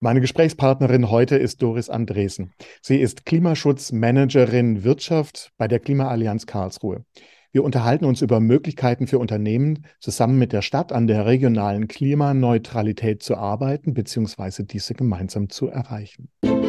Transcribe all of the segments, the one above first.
Meine Gesprächspartnerin heute ist Doris Andresen. Sie ist Klimaschutzmanagerin Wirtschaft bei der Klimaallianz Karlsruhe. Wir unterhalten uns über Möglichkeiten für Unternehmen, zusammen mit der Stadt an der regionalen Klimaneutralität zu arbeiten bzw. diese gemeinsam zu erreichen.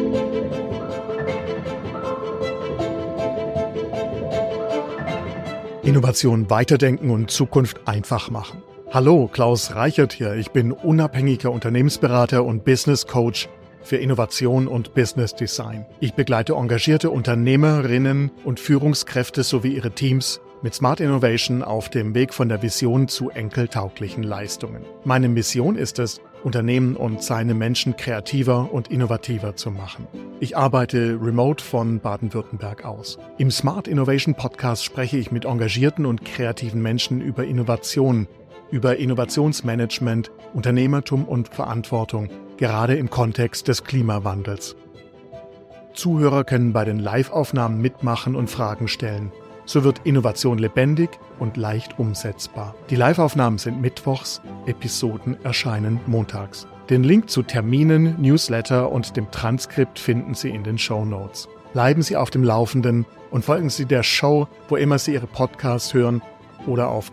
Innovation weiterdenken und Zukunft einfach machen. Hallo, Klaus Reichert hier. Ich bin unabhängiger Unternehmensberater und Business Coach für Innovation und Business Design. Ich begleite engagierte Unternehmerinnen und Führungskräfte sowie ihre Teams mit Smart Innovation auf dem Weg von der Vision zu enkeltauglichen Leistungen. Meine Mission ist es, Unternehmen und seine Menschen kreativer und innovativer zu machen. Ich arbeite remote von Baden-Württemberg aus. Im Smart Innovation Podcast spreche ich mit engagierten und kreativen Menschen über Innovation, über Innovationsmanagement, Unternehmertum und Verantwortung, gerade im Kontext des Klimawandels. Zuhörer können bei den Live-Aufnahmen mitmachen und Fragen stellen. So wird Innovation lebendig und leicht umsetzbar. Die Live-Aufnahmen sind mittwochs, Episoden erscheinen montags. Den Link zu Terminen, Newsletter und dem Transkript finden Sie in den Shownotes. Bleiben Sie auf dem Laufenden und folgen Sie der Show, wo immer Sie Ihre Podcasts hören, oder auf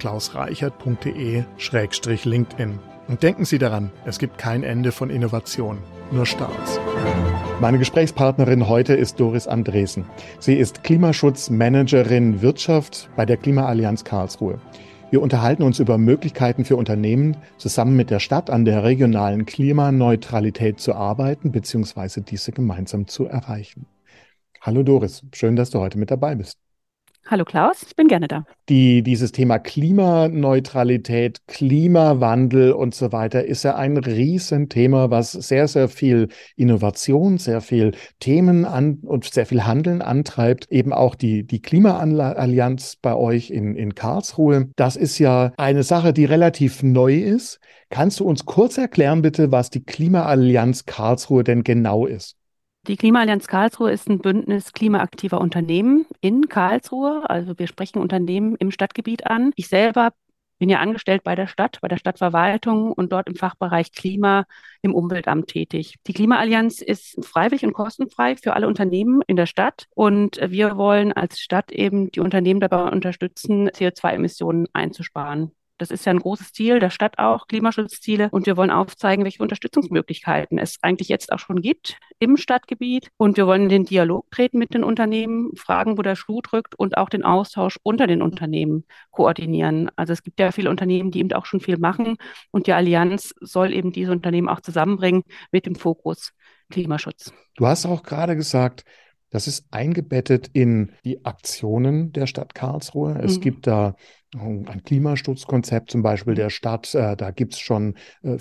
klausreichert.de/LinkedIn. Und denken Sie daran, es gibt kein Ende von Innovation, nur Starts. Meine Gesprächspartnerin heute ist Doris Andresen. Sie ist Klimaschutzmanagerin Wirtschaft bei der Klimaallianz Karlsruhe. Wir unterhalten uns über Möglichkeiten für Unternehmen, zusammen mit der Stadt an der regionalen Klimaneutralität zu arbeiten bzw. diese gemeinsam zu erreichen. Hallo Doris, schön, dass du heute mit dabei bist. Hallo Klaus, ich bin gerne da. Dieses Thema Klimaneutralität, Klimawandel und so weiter ist ja ein Riesenthema, was sehr, sehr viel Innovation, sehr viel Themen und sehr viel Handeln antreibt. Eben auch die Klimaallianz bei euch in Karlsruhe. Das ist ja eine Sache, die relativ neu ist. Kannst du uns kurz erklären, bitte, was die Klimaallianz Karlsruhe denn genau ist? Die Klimaallianz Karlsruhe ist ein Bündnis klimaaktiver Unternehmen in Karlsruhe. Also wir sprechen Unternehmen im Stadtgebiet an. Ich selber bin ja angestellt bei der Stadtverwaltung und dort im Fachbereich Klima im Umweltamt tätig. Die Klimaallianz ist freiwillig und kostenfrei für alle Unternehmen in der Stadt und wir wollen als Stadt eben die Unternehmen dabei unterstützen, CO2-Emissionen einzusparen. Das ist ja ein großes Ziel der Stadt auch, Klimaschutzziele. Und wir wollen aufzeigen, welche Unterstützungsmöglichkeiten es eigentlich jetzt auch schon gibt im Stadtgebiet. Und wir wollen in den Dialog treten mit den Unternehmen, fragen, wo der Schuh drückt und auch den Austausch unter den Unternehmen koordinieren. Also es gibt ja viele Unternehmen, die eben auch schon viel machen. Und die Allianz soll eben diese Unternehmen auch zusammenbringen mit dem Fokus Klimaschutz. Du hast auch gerade gesagt, das ist eingebettet in die Aktionen der Stadt Karlsruhe. Es gibt da ein Klimaschutzkonzept zum Beispiel der Stadt. Da gibt es schon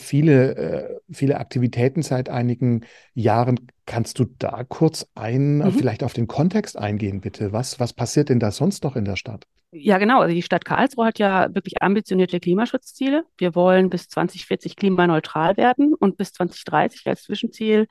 viele Aktivitäten seit einigen Jahren. Kannst du da kurz vielleicht auf den Kontext eingehen, bitte? Was passiert denn da sonst noch in der Stadt? Ja, genau. Also die Stadt Karlsruhe hat ja wirklich ambitionierte Klimaschutzziele. Wir wollen bis 2040 klimaneutral werden und bis 2030 als Zwischenziel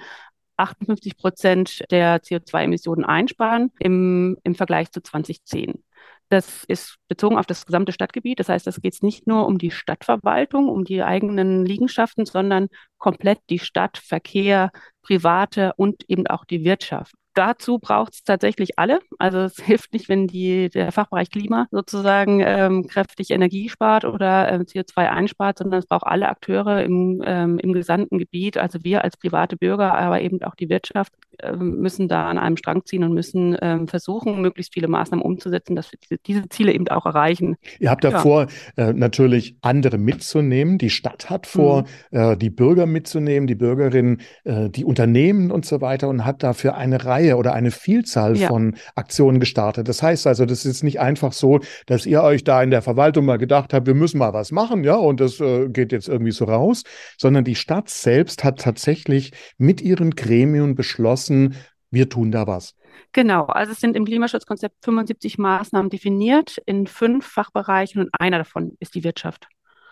58% der CO2-Emissionen einsparen im Vergleich zu 2010. Das ist bezogen auf das gesamte Stadtgebiet. Das heißt, es geht nicht nur um die Stadtverwaltung, um die eigenen Liegenschaften, sondern komplett die Stadt, Verkehr, Private und eben auch die Wirtschaft. Dazu braucht es tatsächlich alle. Also es hilft nicht, wenn der Fachbereich Klima sozusagen kräftig Energie spart oder CO2 einspart, sondern es braucht alle Akteure im gesamten Gebiet. Also wir als private Bürger, aber eben auch die Wirtschaft müssen da an einem Strang ziehen und müssen versuchen, möglichst viele Maßnahmen umzusetzen, dass wir diese Ziele eben auch erreichen. Ihr habt davor natürlich andere mitzunehmen. Die Stadt hat vor, die Bürger mitzunehmen, die Bürgerinnen, die Unternehmen und so weiter und hat dafür eine Reihe oder eine Vielzahl von Aktionen gestartet. Das heißt also, das ist nicht einfach so, dass ihr euch da in der Verwaltung mal gedacht habt, wir müssen mal was machen, ja, und das geht jetzt irgendwie so raus, sondern die Stadt selbst hat tatsächlich mit ihren Gremien beschlossen, wir tun da was. Genau, also es sind im Klimaschutzkonzept 75 Maßnahmen definiert in 5 Fachbereichen und einer davon ist die Wirtschaft.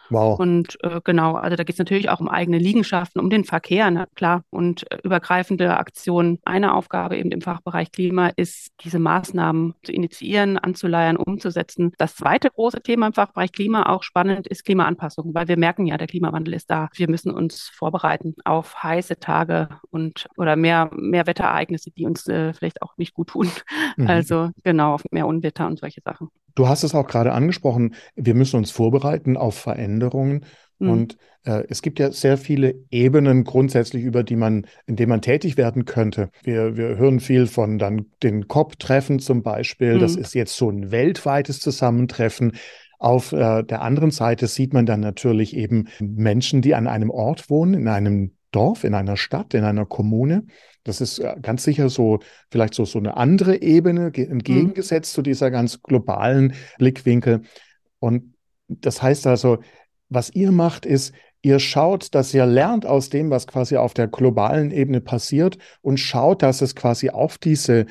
Wow. Und genau, also da geht es natürlich auch um eigene Liegenschaften, um den Verkehr, na klar, und übergreifende Aktionen. Eine Aufgabe eben im Fachbereich Klima ist, diese Maßnahmen zu initiieren, anzuleiern, umzusetzen. Das zweite große Thema im Fachbereich Klima, auch spannend, ist Klimaanpassung, weil wir merken ja, der Klimawandel ist da. Wir müssen uns vorbereiten auf heiße Tage und oder mehr Wetterereignisse, die uns vielleicht auch nicht gut tun. Mhm. Also genau, auf mehr Unwetter und solche Sachen. Du hast es auch gerade angesprochen, wir müssen uns vorbereiten auf Veränderungen. Mhm. Und es gibt ja sehr viele Ebenen grundsätzlich, in denen man tätig werden könnte. Wir hören viel von dann den COP-Treffen zum Beispiel. Das Mhm. ist jetzt so ein weltweites Zusammentreffen. Auf der anderen Seite sieht man dann natürlich eben Menschen, die an einem Ort wohnen, in einem Dorf, in einer Stadt, in einer Kommune. Das ist ganz sicher so, vielleicht so eine andere Ebene, Mhm. entgegengesetzt zu dieser ganz globalen Blickwinkel. Und das heißt also, was ihr macht, ist, ihr schaut, dass ihr lernt aus dem, was quasi auf der globalen Ebene passiert und schaut, dass es quasi auf diese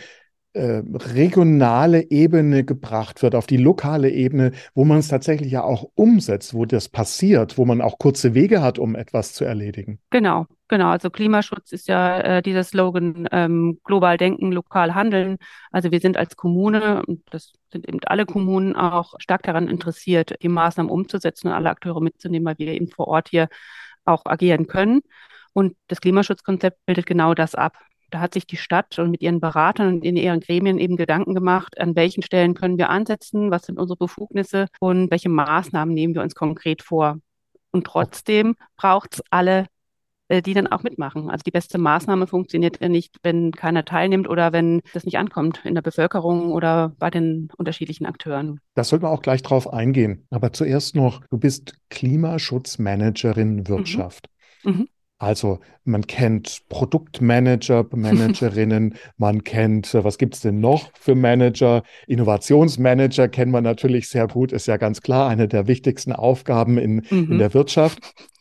regionale Ebene gebracht wird, auf die lokale Ebene, wo man es tatsächlich ja auch umsetzt, wo das passiert, wo man auch kurze Wege hat, um etwas zu erledigen. Genau, genau. Also Klimaschutz ist ja dieser Slogan, global denken, lokal handeln. Also wir sind als Kommune, und das sind eben alle Kommunen auch stark daran interessiert, die Maßnahmen umzusetzen und alle Akteure mitzunehmen, weil wir eben vor Ort hier auch agieren können. Und das Klimaschutzkonzept bildet genau das ab. Da hat sich die Stadt und mit ihren Beratern und in ihren Gremien eben Gedanken gemacht, an welchen Stellen können wir ansetzen, was sind unsere Befugnisse und welche Maßnahmen nehmen wir uns konkret vor. Und trotzdem braucht es alle, die dann auch mitmachen. Also die beste Maßnahme funktioniert ja nicht, wenn keiner teilnimmt oder wenn das nicht ankommt in der Bevölkerung oder bei den unterschiedlichen Akteuren. Das sollten wir auch gleich drauf eingehen. Aber zuerst noch, du bist Klimaschutzmanagerin Mhm. Wirtschaft. Mhm. Also man kennt Produktmanager, Managerinnen, man kennt, was gibt es denn noch für Manager? Innovationsmanager kennen wir natürlich sehr gut, ist ja ganz klar eine der wichtigsten Aufgaben in Mhm. der Wirtschaft.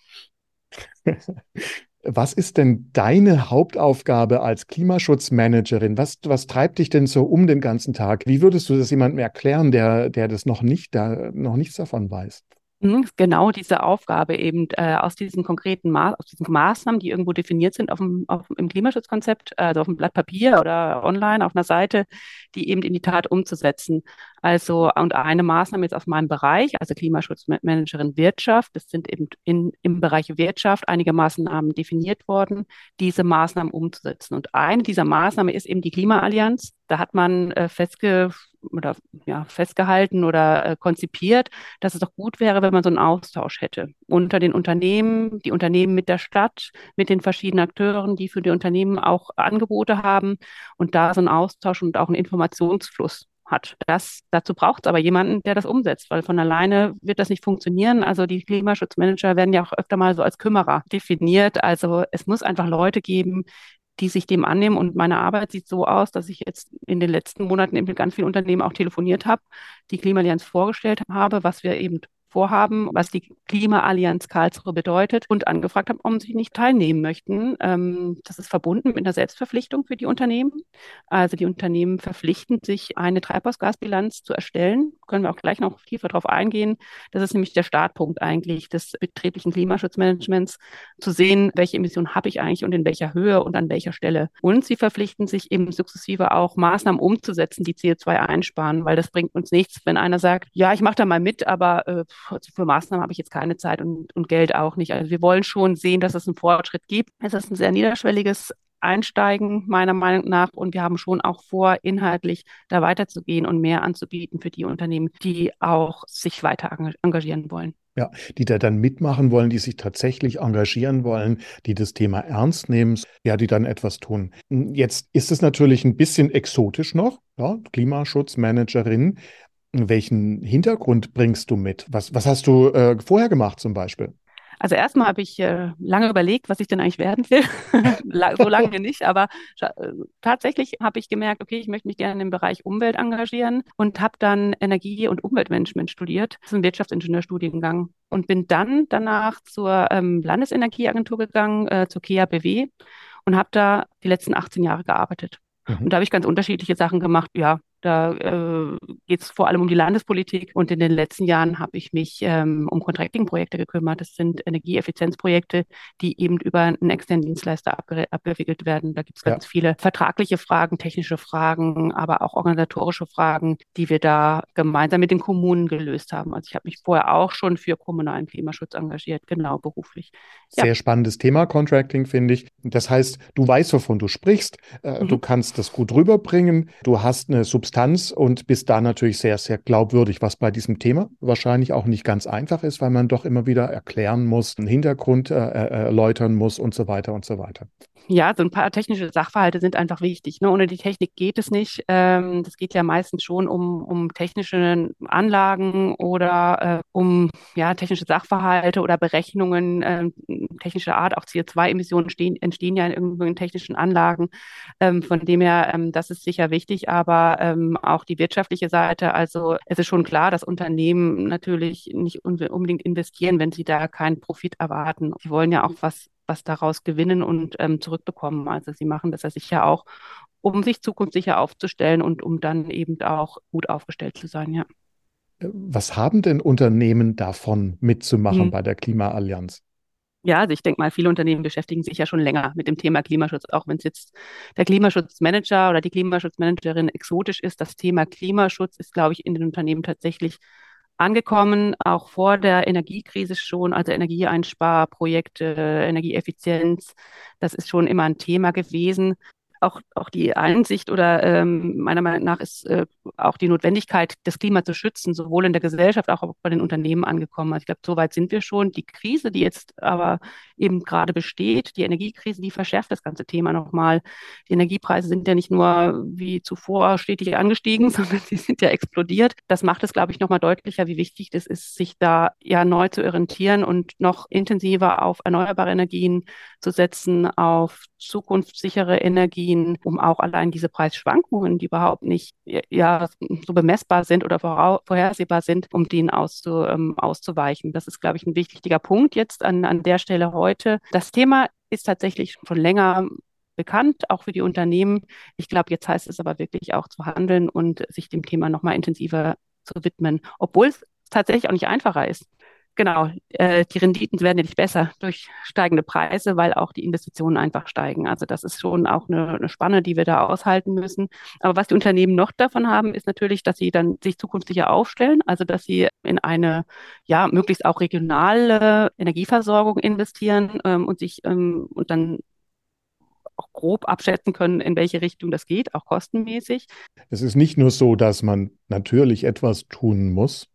Was ist denn deine Hauptaufgabe als Klimaschutzmanagerin? Was treibt dich denn so um den ganzen Tag? Wie würdest du das jemandem erklären, der das noch nichts davon weiß? Genau diese Aufgabe eben aus diesen konkreten aus diesen Maßnahmen, die irgendwo definiert sind im Klimaschutzkonzept, also auf dem Blatt Papier oder online auf einer Seite, die eben in die Tat umzusetzen. Also, und eine Maßnahme jetzt aus meinem Bereich, also Klimaschutzmanagerin Wirtschaft, das sind eben im Bereich Wirtschaft einige Maßnahmen definiert worden, diese Maßnahmen umzusetzen. Und eine dieser Maßnahmen ist eben die Klimaallianz. Da hat man oder, ja, festgehalten oder konzipiert, dass es doch gut wäre, wenn man so einen Austausch hätte unter den Unternehmen, die Unternehmen mit der Stadt, mit den verschiedenen Akteuren, die für die Unternehmen auch Angebote haben und da so einen Austausch und auch einen Informationsfluss hat. Dazu braucht es aber jemanden, der das umsetzt, weil von alleine wird das nicht funktionieren. Also die Klimaschutzmanager werden ja auch öfter mal so als Kümmerer definiert. Also es muss einfach Leute geben, die sich dem annehmen. Und meine Arbeit sieht so aus, dass ich jetzt in den letzten Monaten eben mit ganz vielen Unternehmen auch telefoniert habe, die Klimaallianz vorgestellt habe, was wir eben vorhaben, was die Klimaallianz Karlsruhe bedeutet und angefragt habe, ob sie nicht teilnehmen möchten. Das ist verbunden mit einer Selbstverpflichtung für die Unternehmen. Also die Unternehmen verpflichten sich, eine Treibhausgasbilanz zu erstellen. Können wir auch gleich noch tiefer darauf eingehen. Das ist nämlich der Startpunkt eigentlich des betrieblichen Klimaschutzmanagements, zu sehen, welche Emissionen habe ich eigentlich und in welcher Höhe und an welcher Stelle. Und sie verpflichten sich eben sukzessive auch Maßnahmen umzusetzen, die CO2 einsparen, weil das bringt uns nichts, wenn einer sagt, ja, ich mache da mal mit, aber für Maßnahmen habe ich jetzt keine Zeit und Geld auch nicht. Also wir wollen schon sehen, dass es einen Fortschritt gibt. Es ist ein sehr niederschwelliges Einsteigen, meiner Meinung nach. Und wir haben schon auch vor, inhaltlich da weiterzugehen und mehr anzubieten für die Unternehmen, die auch sich weiter engagieren wollen. Ja, die da dann mitmachen wollen, die sich tatsächlich engagieren wollen, die das Thema ernst nehmen, ja, die dann etwas tun. Jetzt ist es natürlich ein bisschen exotisch noch, ja, Klimaschutzmanagerin. Welchen Hintergrund bringst du mit? Was hast du vorher gemacht zum Beispiel? Also erstmal habe ich lange überlegt, was ich denn eigentlich werden will. So lange nicht, aber tatsächlich habe ich gemerkt, okay, ich möchte mich gerne im Bereich Umwelt engagieren und habe dann Energie- und Umweltmanagement studiert. Das ist ein Wirtschaftsingenieurstudiengang und bin dann danach zur Landesenergieagentur gegangen, zur KEA-BW und habe da die letzten 18 Jahre gearbeitet. Mhm. Und da habe ich ganz unterschiedliche Sachen gemacht. Ja, Da geht es vor allem um die Landespolitik. Und in den letzten Jahren habe ich mich um Contracting-Projekte gekümmert. Das sind Energieeffizienzprojekte, die eben über einen externen Dienstleister abgewickelt werden. Da gibt es Ja. ganz viele vertragliche Fragen, technische Fragen, aber auch organisatorische Fragen, die wir da gemeinsam mit den Kommunen gelöst haben. Also ich habe mich vorher auch schon für kommunalen Klimaschutz engagiert, genau beruflich. Ja. Sehr spannendes Thema, Contracting, finde ich. Das heißt, du weißt, wovon du sprichst, du kannst das gut rüberbringen, du hast eine Substanz und bist da natürlich sehr, sehr glaubwürdig, was bei diesem Thema wahrscheinlich auch nicht ganz einfach ist, weil man doch immer wieder erklären muss, einen Hintergrund erläutern muss und so weiter und so weiter. Ja, so ein paar technische Sachverhalte sind einfach wichtig. Ne? Ohne die Technik geht es nicht. Das geht ja meistens schon um technische Anlagen oder um technische Sachverhalte oder Berechnungen technischer Art. Auch CO2-Emissionen entstehen ja in irgendwelchen technischen Anlagen. Von dem her, das ist sicher wichtig, aber auch die wirtschaftliche Seite. Also es ist schon klar, dass Unternehmen natürlich nicht unbedingt investieren, wenn sie da keinen Profit erwarten. Sie wollen ja auch was daraus gewinnen und zurückbekommen. Also sie machen das ja sicher auch, um sich zukunftssicher aufzustellen und um dann eben auch gut aufgestellt zu sein, ja. Was haben denn Unternehmen davon mitzumachen Hm. bei der Klimaallianz? Ja, also ich denke mal, viele Unternehmen beschäftigen sich ja schon länger mit dem Thema Klimaschutz, auch wenn es jetzt der Klimaschutzmanager oder die Klimaschutzmanagerin exotisch ist. Das Thema Klimaschutz ist, glaube ich, in den Unternehmen tatsächlich angekommen, auch vor der Energiekrise schon, also Energieeinsparprojekte, Energieeffizienz, das ist schon immer ein Thema gewesen. Auch die Einsicht oder meiner Meinung nach ist auch die Notwendigkeit, das Klima zu schützen, sowohl in der Gesellschaft, auch bei den Unternehmen angekommen. Also ich glaube, so weit sind wir schon. Die Krise, die jetzt aber eben gerade besteht, die Energiekrise, die verschärft das ganze Thema nochmal. Die Energiepreise sind ja nicht nur wie zuvor stetig angestiegen, sondern sie sind ja explodiert. Das macht es, glaube ich, nochmal deutlicher, wie wichtig es ist, sich da ja neu zu orientieren und noch intensiver auf erneuerbare Energien zu setzen, auf zukunftssichere Energien, um auch allein diese Preisschwankungen, die überhaupt nicht so bemessbar sind oder vorhersehbar sind, um denen auszuweichen. Das ist, glaube ich, ein wichtiger Punkt jetzt an der Stelle heute. Das Thema ist tatsächlich schon länger bekannt, auch für die Unternehmen. Ich glaube, jetzt heißt es aber wirklich auch zu handeln und sich dem Thema nochmal intensiver zu widmen, obwohl es tatsächlich auch nicht einfacher ist. Genau, die Renditen werden ja nicht besser durch steigende Preise, weil auch die Investitionen einfach steigen. Also das ist schon auch eine Spanne, die wir da aushalten müssen. Aber was die Unternehmen noch davon haben, ist natürlich, dass sie dann sich zukunftssicher aufstellen, also dass sie in eine möglichst auch regionale Energieversorgung investieren und dann auch grob abschätzen können, in welche Richtung das geht, auch kostenmäßig. Es ist nicht nur so, dass man natürlich etwas tun muss.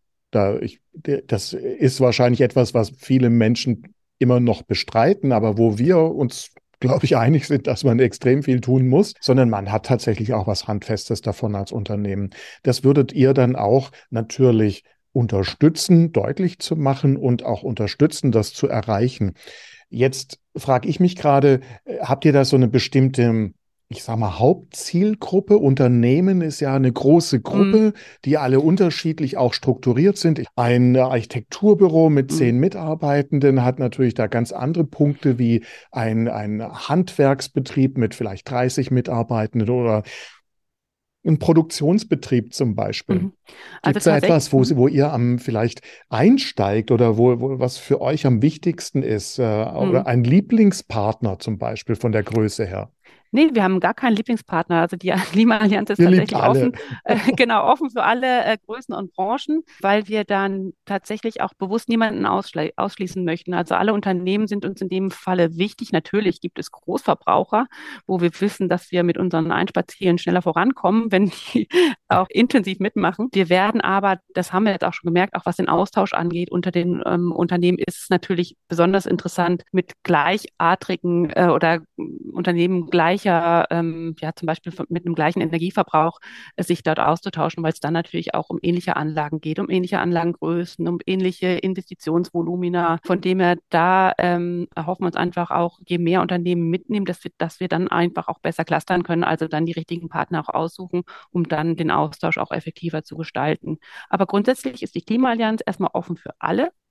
Das ist wahrscheinlich etwas, was viele Menschen immer noch bestreiten, aber wo wir uns, glaube ich, einig sind, dass man extrem viel tun muss, sondern man hat tatsächlich auch was Handfestes davon als Unternehmen. Das würdet ihr dann auch natürlich unterstützen, deutlich zu machen und auch unterstützen, das zu erreichen. Jetzt frage ich mich gerade, habt ihr da so eine bestimmte, ich sage mal, Hauptzielgruppe? Unternehmen ist ja eine große Gruppe, die alle unterschiedlich auch strukturiert sind. Ein Architekturbüro mit 10 Mitarbeitenden hat natürlich da ganz andere Punkte wie ein Handwerksbetrieb mit vielleicht 30 Mitarbeitenden oder ein Produktionsbetrieb zum Beispiel. Also Gibt es da etwas, wo ihr vielleicht einsteigt oder wo was für euch am wichtigsten ist? Oder ein Lieblingspartner zum Beispiel von der Größe her? Nee, wir haben gar keinen Lieblingspartner. Also die Klimaallianz ist Ihr liebt tatsächlich alle. offen für alle Größen und Branchen, weil wir dann tatsächlich auch bewusst niemanden ausschließen möchten. Also alle Unternehmen sind uns in dem Falle wichtig. Natürlich gibt es Großverbraucher, wo wir wissen, dass wir mit unseren Einsparzielen schneller vorankommen, wenn die auch intensiv mitmachen. Wir werden aber, das haben wir jetzt auch schon gemerkt, auch was den Austausch angeht unter den Unternehmen, ist es natürlich besonders interessant, mit gleichartigen oder Unternehmen gleicher, zum Beispiel mit einem gleichen Energieverbrauch, sich dort auszutauschen, weil es dann natürlich auch um ähnliche Anlagen geht, um ähnliche Anlagengrößen, um ähnliche Investitionsvolumina. Von dem her, da erhoffen wir uns einfach auch, je mehr Unternehmen mitnehmen, dass wir dann einfach auch besser clustern können, also dann die richtigen Partner auch aussuchen, um dann den Austausch auch effektiver zu gestalten. Aber grundsätzlich ist die Klimaallianz erstmal offen für alle.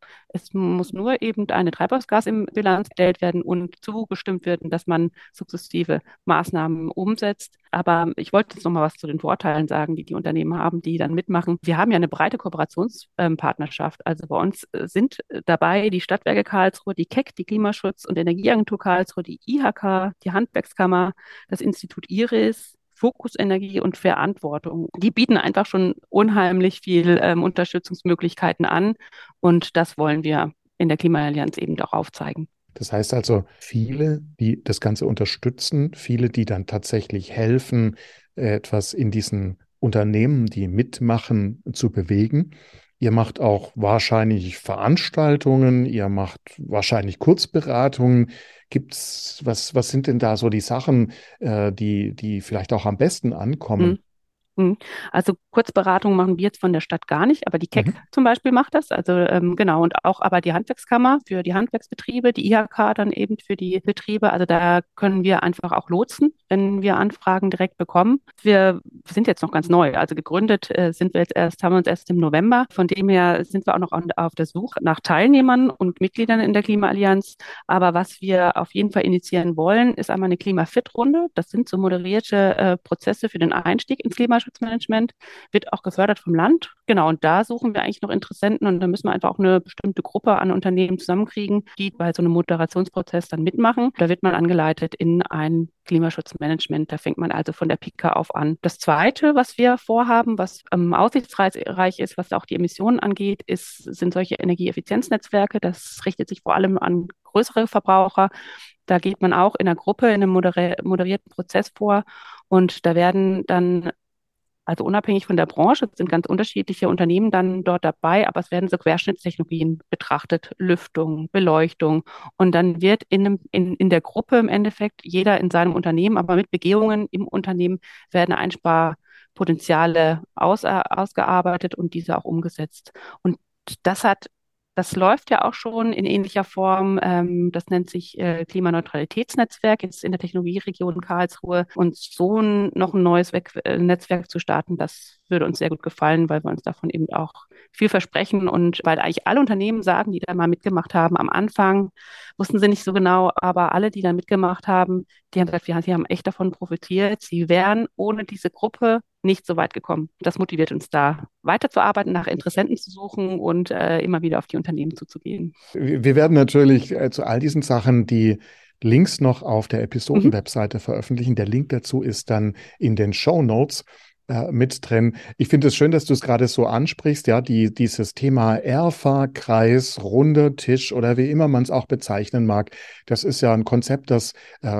Es muss nur eben eine Treibhausgasbilanz erstellt werden und zugestimmt werden, dass man sukzessive Maßnahmen umsetzt. Aber ich wollte jetzt noch mal was zu den Vorteilen sagen, die die Unternehmen haben, die dann mitmachen. Wir haben ja eine breite Kooperationspartnerschaft. Also bei uns sind dabei die Stadtwerke Karlsruhe, die KEC, die Klimaschutz- und Energieagentur Karlsruhe, die IHK, die Handwerkskammer, das Institut IRIS, Fokus Energie und Verantwortung. Die bieten einfach schon unheimlich viel Unterstützungsmöglichkeiten an und das wollen wir in der Klimaallianz eben auch aufzeigen. Das heißt also, viele, die das Ganze unterstützen, viele, die dann tatsächlich helfen, etwas in diesen Unternehmen, die mitmachen, zu bewegen. Ihr macht auch wahrscheinlich Veranstaltungen, ihr macht wahrscheinlich Kurzberatungen. Was sind denn da so die Sachen, die vielleicht auch am besten Mhm. ankommen? Mhm. Also Kurzberatung machen wir jetzt von der Stadt gar nicht, aber die KEC Mhm. zum Beispiel macht das. Also genau, und auch aber die Handwerkskammer für die Handwerksbetriebe, die IHK dann eben für die Betriebe. Also da können wir einfach auch lotsen, wenn wir Anfragen direkt bekommen. Wir sind jetzt noch ganz neu. Also gegründet haben wir uns erst im November. Von dem her sind wir auch noch auf der Suche nach Teilnehmern und Mitgliedern in der Klimaallianz. Aber was wir auf jeden Fall initiieren wollen, ist einmal eine Klimafit-Runde. Das sind so moderierte Prozesse für den Einstieg ins Klimaschutzmanagement, wird auch gefördert vom Land. Genau, und da suchen wir eigentlich noch Interessenten und da müssen wir einfach auch eine bestimmte Gruppe an Unternehmen zusammenkriegen, die bei so einem Moderationsprozess dann mitmachen. Da wird man angeleitet in ein Klimaschutzmanagement. Da fängt man also von der Pike auf an. Das Zweite, was wir vorhaben, was aussichtsreich ist, was auch die Emissionen angeht, sind solche Energieeffizienznetzwerke. Das richtet sich vor allem an größere Verbraucher. Da geht man auch in einer Gruppe, in einem moderierten Prozess vor und da werden dann also unabhängig von der Branche sind ganz unterschiedliche Unternehmen dann dort dabei, aber es werden so Querschnittstechnologien betrachtet, Lüftung, Beleuchtung. Und dann wird in der Gruppe im Endeffekt jeder in seinem Unternehmen, aber mit Begehungen im Unternehmen werden Einsparpotenziale ausgearbeitet und diese auch umgesetzt. Und das hat das läuft ja auch schon in ähnlicher Form. Das nennt sich Klimaneutralitätsnetzwerk jetzt in der Technologieregion Karlsruhe. Und so noch ein neues Netzwerk zu starten, das würde uns sehr gut gefallen, weil wir uns davon eben auch viel versprechen und weil eigentlich alle Unternehmen sagen, die da mal mitgemacht haben, am Anfang wussten sie nicht so genau, aber alle, die da mitgemacht haben, die haben gesagt, sie haben echt davon profitiert. Sie wären ohne diese Gruppe nicht so weit gekommen. Das motiviert uns da, weiterzuarbeiten, nach Interessenten zu suchen und immer wieder auf die Unternehmen zuzugehen. Wir werden natürlich zu all diesen Sachen die Links noch auf der Mhm. Episoden-Webseite veröffentlichen. Der Link dazu ist dann in den Show Notes mit drin. Ich finde es schön, dass du es gerade so ansprichst, ja, dieses Thema ERFA-Kreis, runder Tisch oder wie immer man es auch bezeichnen mag. Das ist ja ein Konzept, das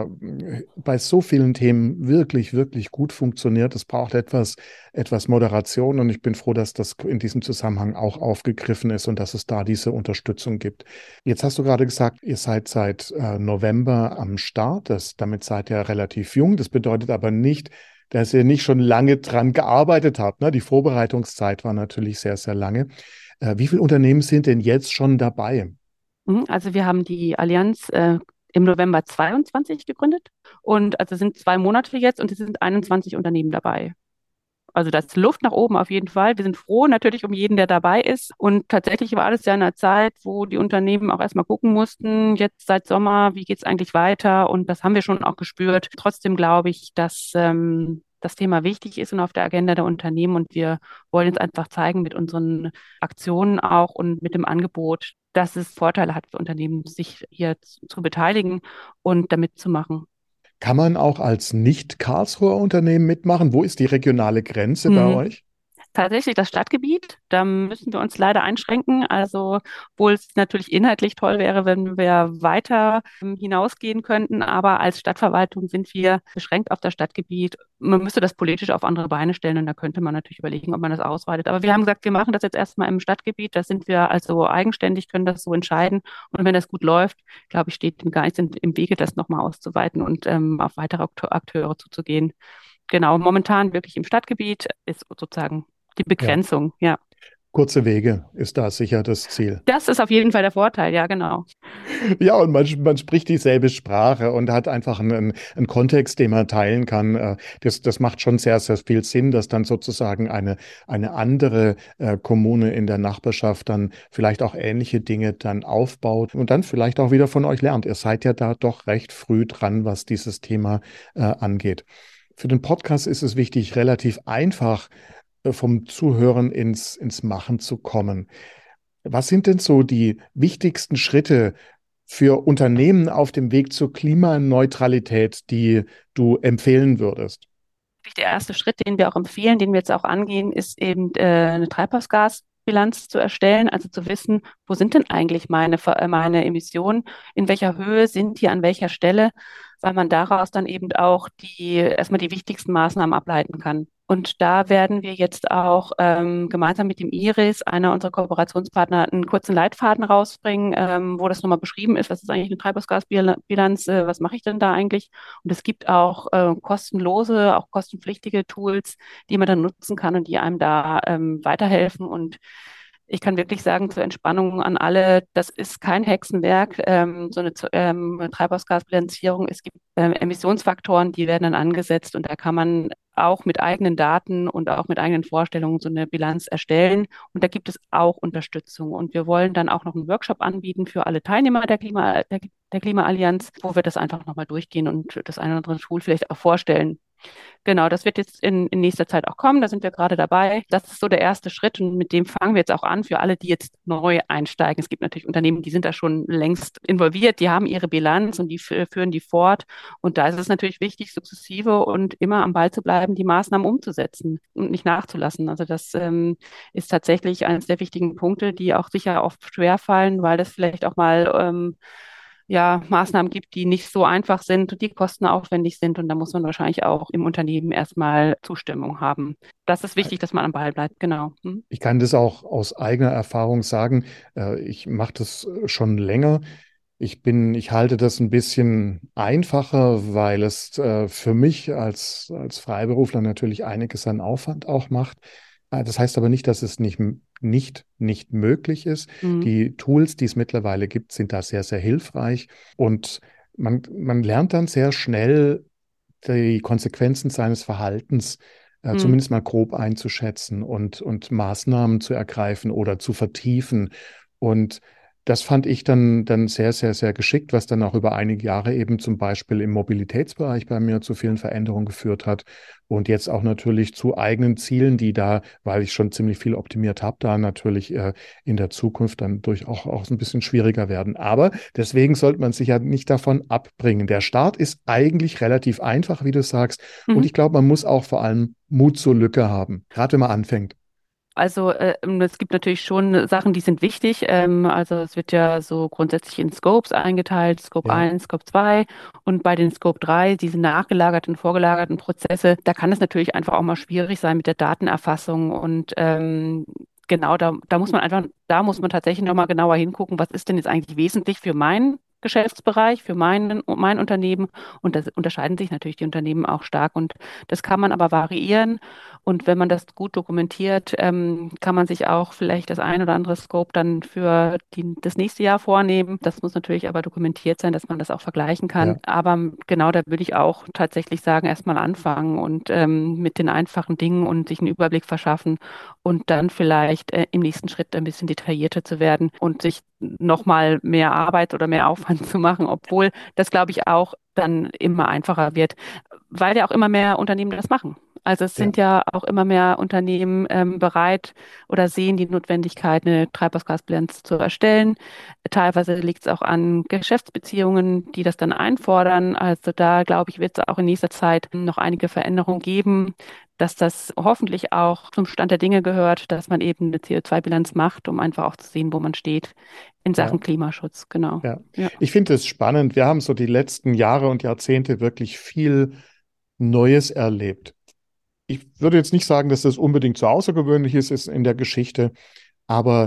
bei so vielen Themen wirklich, wirklich gut funktioniert. Es braucht etwas Moderation und ich bin froh, dass das in diesem Zusammenhang auch aufgegriffen ist und dass es da diese Unterstützung gibt. Jetzt hast du gerade gesagt, ihr seid seit November am Start. Damit seid ihr relativ jung. Das bedeutet aber nicht, dass ihr nicht schon lange dran gearbeitet habt. Ne? Die Vorbereitungszeit war natürlich sehr, sehr lange. Wie viele Unternehmen sind denn jetzt schon dabei? Also wir haben die Allianz im November 22 gegründet und also sind 2 Monate jetzt und es sind 21 Unternehmen dabei. Also da ist Luft nach oben auf jeden Fall. Wir sind froh natürlich um jeden, der dabei ist. Und tatsächlich war das ja in einer Zeit, wo die Unternehmen auch erstmal gucken mussten, jetzt seit Sommer, wie geht es eigentlich weiter? Und das haben wir schon auch gespürt. Trotzdem glaube ich, dass das Thema wichtig ist und auf der Agenda der Unternehmen. Und wir wollen jetzt einfach zeigen mit unseren Aktionen auch und mit dem Angebot, dass es Vorteile hat für Unternehmen, sich hier zu beteiligen und da mitzumachen. Kann man auch als Nicht-Karlsruher Unternehmen mitmachen? Wo ist die regionale Grenze bei Mhm. euch? Tatsächlich das Stadtgebiet, da müssen wir uns leider einschränken. Also, obwohl es natürlich inhaltlich toll wäre, wenn wir weiter hinausgehen könnten, aber als Stadtverwaltung sind wir beschränkt auf das Stadtgebiet. Man müsste das politisch auf andere Beine stellen und da könnte man natürlich überlegen, ob man das ausweitet. Aber wir haben gesagt, wir machen das jetzt erstmal im Stadtgebiet. Da sind wir also eigenständig, können das so entscheiden. Und wenn das gut läuft, glaube ich, steht dem gar nichts im Wege, das nochmal auszuweiten und auf weitere Akteure zuzugehen. Genau, momentan wirklich im Stadtgebiet ist sozusagen die Ja. Begrenzung, ja. Kurze Wege ist da sicher das Ziel. Das ist auf jeden Fall der Vorteil, ja, genau. Ja, und man spricht dieselbe Sprache und hat einfach einen Kontext, den man teilen kann. Das macht schon sehr, sehr viel Sinn, dass dann sozusagen eine andere Kommune in der Nachbarschaft dann vielleicht auch ähnliche Dinge dann aufbaut und dann vielleicht auch wieder von euch lernt. Ihr seid ja da doch recht früh dran, was dieses Thema angeht. Für den Podcast ist es wichtig, relativ einfach vom Zuhören ins Machen zu kommen. Was sind denn so die wichtigsten Schritte für Unternehmen auf dem Weg zur Klimaneutralität, die du empfehlen würdest? Der erste Schritt, den wir auch empfehlen, den wir jetzt auch angehen, ist eben eine Treibhausgasbilanz zu erstellen, also zu wissen, wo sind denn eigentlich meine Emissionen, in welcher Höhe sind die, an welcher Stelle, weil man daraus dann eben auch erstmal die wichtigsten Maßnahmen ableiten kann. Und da werden wir jetzt auch gemeinsam mit dem IRIS, einer unserer Kooperationspartner, einen kurzen Leitfaden rausbringen, wo das nochmal beschrieben ist, was ist eigentlich eine Treibhausgasbilanz, was mache ich denn da eigentlich? Und es gibt auch kostenlose, auch kostenpflichtige Tools, die man dann nutzen kann und die einem da weiterhelfen. Und ich kann wirklich sagen, zur Entspannung an alle, das ist kein Hexenwerk, so eine Treibhausgasbilanzierung. Es gibt Emissionsfaktoren, die werden dann angesetzt und da kann man auch mit eigenen Daten und auch mit eigenen Vorstellungen so eine Bilanz erstellen. Und da gibt es auch Unterstützung. Und wir wollen dann auch noch einen Workshop anbieten für alle Teilnehmer der Klimaallianz, wo wir das einfach nochmal durchgehen und das eine oder andere Tool vielleicht auch vorstellen. Genau, das wird jetzt in nächster Zeit auch kommen. Da sind wir gerade dabei. Das ist so der erste Schritt und mit dem fangen wir jetzt auch an für alle, die jetzt neu einsteigen. Es gibt natürlich Unternehmen, die sind da schon längst involviert, die haben ihre Bilanz und die führen die fort. Und da ist es natürlich wichtig, sukzessive und immer am Ball zu bleiben, die Maßnahmen umzusetzen und nicht nachzulassen. Also das ist tatsächlich eines der wichtigen Punkte, die auch sicher oft schwerfallen, weil das vielleicht auch mal ja, Maßnahmen gibt, die nicht so einfach sind und die kostenaufwendig sind. Und da muss man wahrscheinlich auch im Unternehmen erstmal Zustimmung haben. Das ist wichtig, dass man am Ball bleibt, genau. Hm? Ich kann das auch aus eigener Erfahrung sagen. Ich mache das schon länger. Ich halte das ein bisschen einfacher, weil es für mich als Freiberufler natürlich einiges an Aufwand auch macht. Das heißt aber nicht, dass es nicht möglich ist. Hm. Die Tools, die es mittlerweile gibt, sind da sehr, sehr hilfreich. Und man lernt dann sehr schnell die Konsequenzen seines Verhaltens Hm. zumindest mal grob einzuschätzen und Maßnahmen zu ergreifen oder zu vertiefen. Und das fand ich dann sehr, sehr, sehr geschickt, was dann auch über einige Jahre eben zum Beispiel im Mobilitätsbereich bei mir zu vielen Veränderungen geführt hat. Und jetzt auch natürlich zu eigenen Zielen, die da, weil ich schon ziemlich viel optimiert habe, da natürlich in der Zukunft dann auch so ein bisschen schwieriger werden. Aber deswegen sollte man sich ja nicht davon abbringen. Der Start ist eigentlich relativ einfach, wie du sagst. Und Mhm. ich glaube, man muss auch vor allem Mut zur Lücke haben, gerade wenn man anfängt. Also es gibt natürlich schon Sachen, die sind wichtig. Also es wird ja so grundsätzlich in Scopes eingeteilt, Scope Ja, 1, Scope 2 und bei den Scope 3, diese nachgelagerten, vorgelagerten Prozesse, da kann es natürlich einfach auch mal schwierig sein mit der Datenerfassung und genau, da muss man tatsächlich nochmal genauer hingucken, was ist denn jetzt eigentlich wesentlich für meinen Geschäftsbereich, für mein Unternehmen und das unterscheiden sich natürlich die Unternehmen auch stark und das kann man aber variieren und wenn man das gut dokumentiert, kann man sich auch vielleicht das ein oder andere Scope dann für das nächste Jahr vornehmen. Das muss natürlich aber dokumentiert sein, dass man das auch vergleichen kann. ja, Aber genau, da würde ich auch tatsächlich sagen, erstmal anfangen und mit den einfachen Dingen und sich einen Überblick verschaffen und dann vielleicht im nächsten Schritt ein bisschen detaillierter zu werden und sich nochmal mehr Arbeit oder mehr Aufwand zu machen, obwohl das, glaube ich, auch dann immer einfacher wird, weil ja auch immer mehr Unternehmen das machen. Also es ja, sind ja auch immer mehr Unternehmen bereit oder sehen die Notwendigkeit, eine Treibhausgasbilanz zu erstellen. Teilweise liegt es auch an Geschäftsbeziehungen, die das dann einfordern. Also da, glaube ich, wird es auch in nächster Zeit noch einige Veränderungen geben, dass das hoffentlich auch zum Stand der Dinge gehört, dass man eben eine CO2-Bilanz macht, um einfach auch zu sehen, wo man steht in ja. Sachen Klimaschutz. Genau. Ja, Ja. ich finde es spannend. Wir haben so die letzten Jahre und Jahrzehnte wirklich viel Neues erlebt. Ich würde jetzt nicht sagen, dass das unbedingt so außergewöhnlich ist in der Geschichte, aber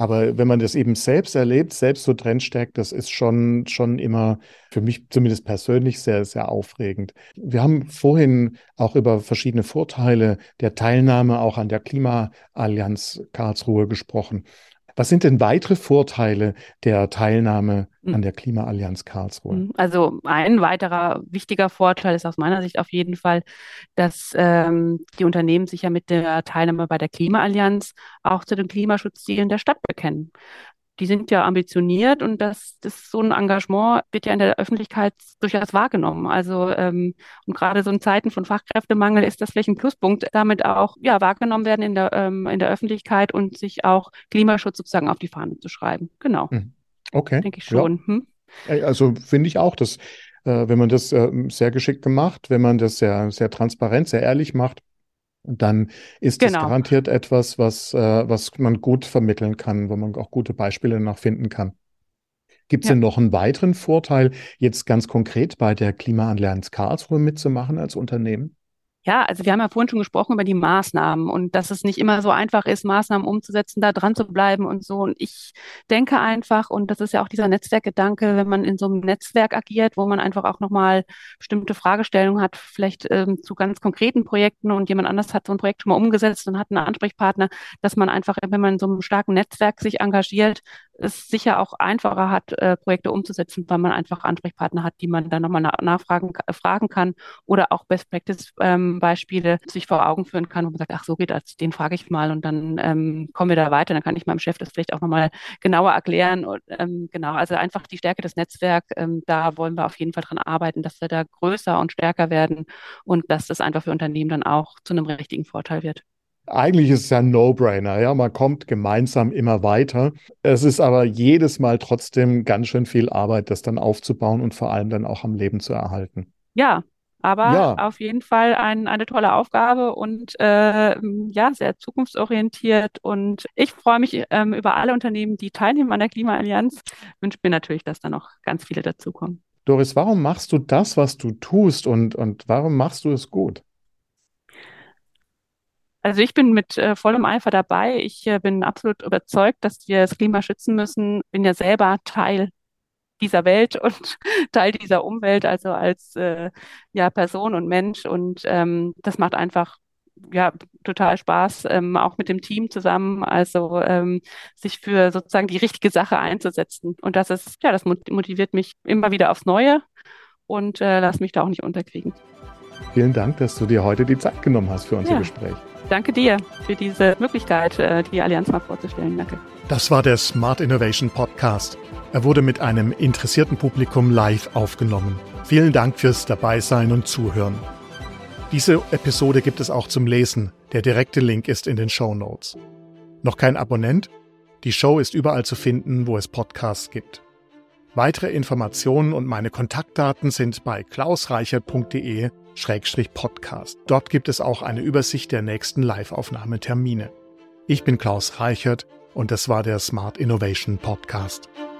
Aber wenn man das eben selbst erlebt, selbst so drin steckt, das ist schon immer für mich zumindest persönlich sehr, sehr aufregend. Wir haben vorhin auch über verschiedene Vorteile der Teilnahme auch an der Klimaallianz Karlsruhe gesprochen. Was sind denn weitere Vorteile der Teilnahme an der Klimaallianz Karlsruhe? Also ein weiterer wichtiger Vorteil ist aus meiner Sicht auf jeden Fall, dass die Unternehmen sich ja mit der Teilnahme bei der Klimaallianz auch zu den Klimaschutzzielen der Stadt bekennen. Die sind ja ambitioniert und so ein Engagement wird ja in der Öffentlichkeit durchaus wahrgenommen. Also und gerade so in Zeiten von Fachkräftemangel ist das vielleicht ein Pluspunkt, damit auch ja wahrgenommen werden in der Öffentlichkeit und sich auch Klimaschutz sozusagen auf die Fahne zu schreiben. Genau, Okay, denke ich ja. schon. Also finde ich auch, dass wenn man das sehr geschickt macht, wenn man das sehr, sehr transparent, sehr ehrlich macht, dann ist das Genau. garantiert etwas, was man gut vermitteln kann, wo man auch gute Beispiele noch finden kann. Gibt es Ja. denn noch einen weiteren Vorteil, jetzt ganz konkret bei der Klimaallianz Karlsruhe mitzumachen als Unternehmen? Ja, also wir haben ja vorhin schon gesprochen über die Maßnahmen und dass es nicht immer so einfach ist, Maßnahmen umzusetzen, da dran zu bleiben und so. Und ich denke einfach, und das ist ja auch dieser Netzwerkgedanke, wenn man in so einem Netzwerk agiert, wo man einfach auch nochmal bestimmte Fragestellungen hat, vielleicht zu ganz konkreten Projekten und jemand anders hat so ein Projekt schon mal umgesetzt und hat einen Ansprechpartner, dass man einfach, wenn man in so einem starken Netzwerk sich engagiert, es sicher auch einfacher hat, Projekte umzusetzen, weil man einfach Ansprechpartner hat, die man dann nochmal fragen kann oder auch Best Practice Beispiele sich vor Augen führen kann, wo man sagt, ach so geht das, den frage ich mal und dann kommen wir da weiter, dann kann ich meinem Chef das vielleicht auch nochmal genauer erklären. Und, genau, also einfach die Stärke des Netzwerks, da wollen wir auf jeden Fall dran arbeiten, dass wir da größer und stärker werden und dass das einfach für Unternehmen dann auch zu einem richtigen Vorteil wird. Eigentlich ist es ja ein No-Brainer, ja, man kommt gemeinsam immer weiter. Es ist aber jedes Mal trotzdem ganz schön viel Arbeit, das dann aufzubauen und vor allem dann auch am Leben zu erhalten. Ja, aber Ja, auf jeden Fall eine tolle Aufgabe und ja, sehr zukunftsorientiert. Und ich freue mich über alle Unternehmen, die teilnehmen an der Klimaallianz. Wünsche mir natürlich, dass da noch ganz viele dazukommen. Doris, warum machst du das, was du tust und warum machst du es gut? Also ich bin mit vollem Eifer dabei. Ich bin absolut überzeugt, dass wir das Klima schützen müssen. Bin ja selber Teil dieser Welt und Teil dieser Umwelt, also als ja, Person und Mensch. Und das macht einfach ja total Spaß, auch mit dem Team zusammen, also sich für sozusagen die richtige Sache einzusetzen. Und das ist, ja, das motiviert mich immer wieder aufs Neue und lass mich da auch nicht unterkriegen. Vielen Dank, dass du dir heute die Zeit genommen hast für unser Ja, Gespräch. danke dir für diese Möglichkeit, die Allianz mal vorzustellen. Danke. Das war der Smart Innovation Podcast. Er wurde mit einem interessierten Publikum live aufgenommen. Vielen Dank fürs Dabeisein und Zuhören. Diese Episode gibt es auch zum Lesen. Der direkte Link ist in den Shownotes. Noch kein Abonnent? Die Show ist überall zu finden, wo es Podcasts gibt. Weitere Informationen und meine Kontaktdaten sind bei klausreichert.de/podcast. Dort gibt es auch eine Übersicht der nächsten Live-Aufnahmetermine. Ich bin Klaus Reichert und das war der Smart Innovation Podcast.